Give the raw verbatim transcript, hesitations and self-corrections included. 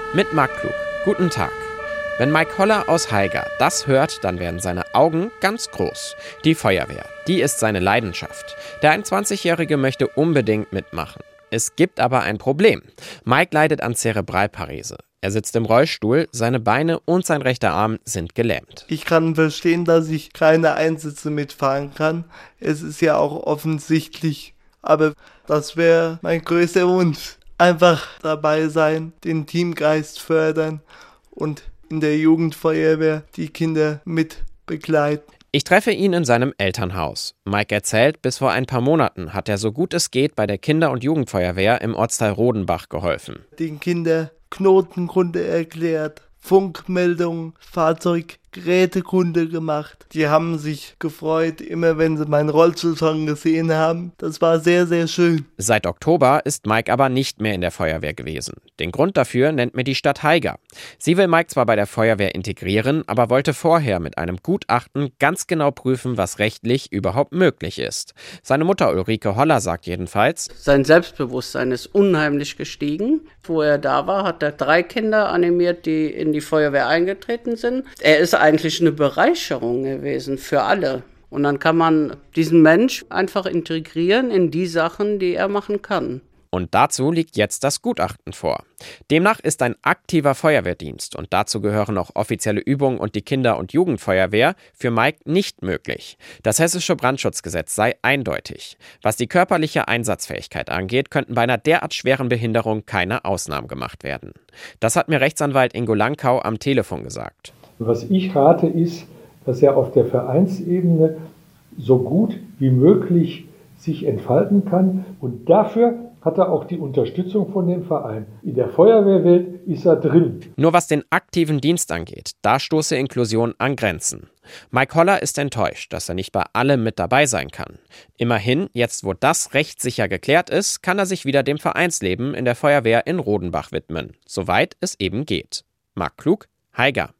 Mit Marc Klug. Guten Tag. Wenn Mike Holler aus Haiger das hört, dann werden seine Augen ganz groß. Die Feuerwehr, die ist seine Leidenschaft. Der einundzwanzigjährige möchte unbedingt mitmachen. Es gibt aber ein Problem. Mike leidet an Zerebralparese. Er sitzt im Rollstuhl, seine Beine und sein rechter Arm sind gelähmt. Ich kann verstehen, dass ich keine Einsätze mitfahren kann. Es ist ja auch offensichtlich. Aber das wäre mein größter Wunsch. Einfach dabei sein, den Teamgeist fördern und in der Jugendfeuerwehr die Kinder mit begleiten. Ich treffe ihn in seinem Elternhaus. Mike erzählt, bis vor ein paar Monaten hat er so gut es geht bei der Kinder- und Jugendfeuerwehr im Ortsteil Rodenbach geholfen. Den Kindern Knotenkunde erklärt, Funkmeldungen, Fahrzeuggerätekunde gemacht. Die haben sich gefreut, immer wenn sie meinen Rollstuhl schon gesehen haben. Das war sehr, sehr schön. Seit Oktober ist Mike aber nicht mehr in der Feuerwehr gewesen. Den Grund dafür nennt mir die Stadt Haiger. Sie will Mike zwar bei der Feuerwehr integrieren, aber wollte vorher mit einem Gutachten ganz genau prüfen, was rechtlich überhaupt möglich ist. Seine Mutter Ulrike Holler sagt jedenfalls: Sein Selbstbewusstsein ist unheimlich gestiegen. Wo er da war, hat er drei Kinder animiert, die in die Feuerwehr eingetreten sind. Er ist eigentlich eine Bereicherung gewesen für alle. Und dann kann man diesen Mensch einfach integrieren in die Sachen, die er machen kann. Und dazu liegt jetzt das Gutachten vor. Demnach ist ein aktiver Feuerwehrdienst, und dazu gehören auch offizielle Übungen und die Kinder- und Jugendfeuerwehr, für Mike nicht möglich. Das hessische Brandschutzgesetz sei eindeutig. Was die körperliche Einsatzfähigkeit angeht, könnten bei einer derart schweren Behinderung keine Ausnahmen gemacht werden. Das hat mir Rechtsanwalt Ingo Langkau am Telefon gesagt. Was ich rate, ist, dass er auf der Vereinsebene so gut wie möglich sich entfalten kann, und dafür hat er auch die Unterstützung von dem Verein. In der Feuerwehrwelt ist er drin. Nur was den aktiven Dienst angeht, da stoße Inklusion an Grenzen. Mike Holler ist enttäuscht, dass er nicht bei allem mit dabei sein kann. Immerhin, jetzt wo das rechtssicher geklärt ist, kann er sich wieder dem Vereinsleben in der Feuerwehr in Rodenbach widmen, soweit es eben geht. Marc Klug, Haiger.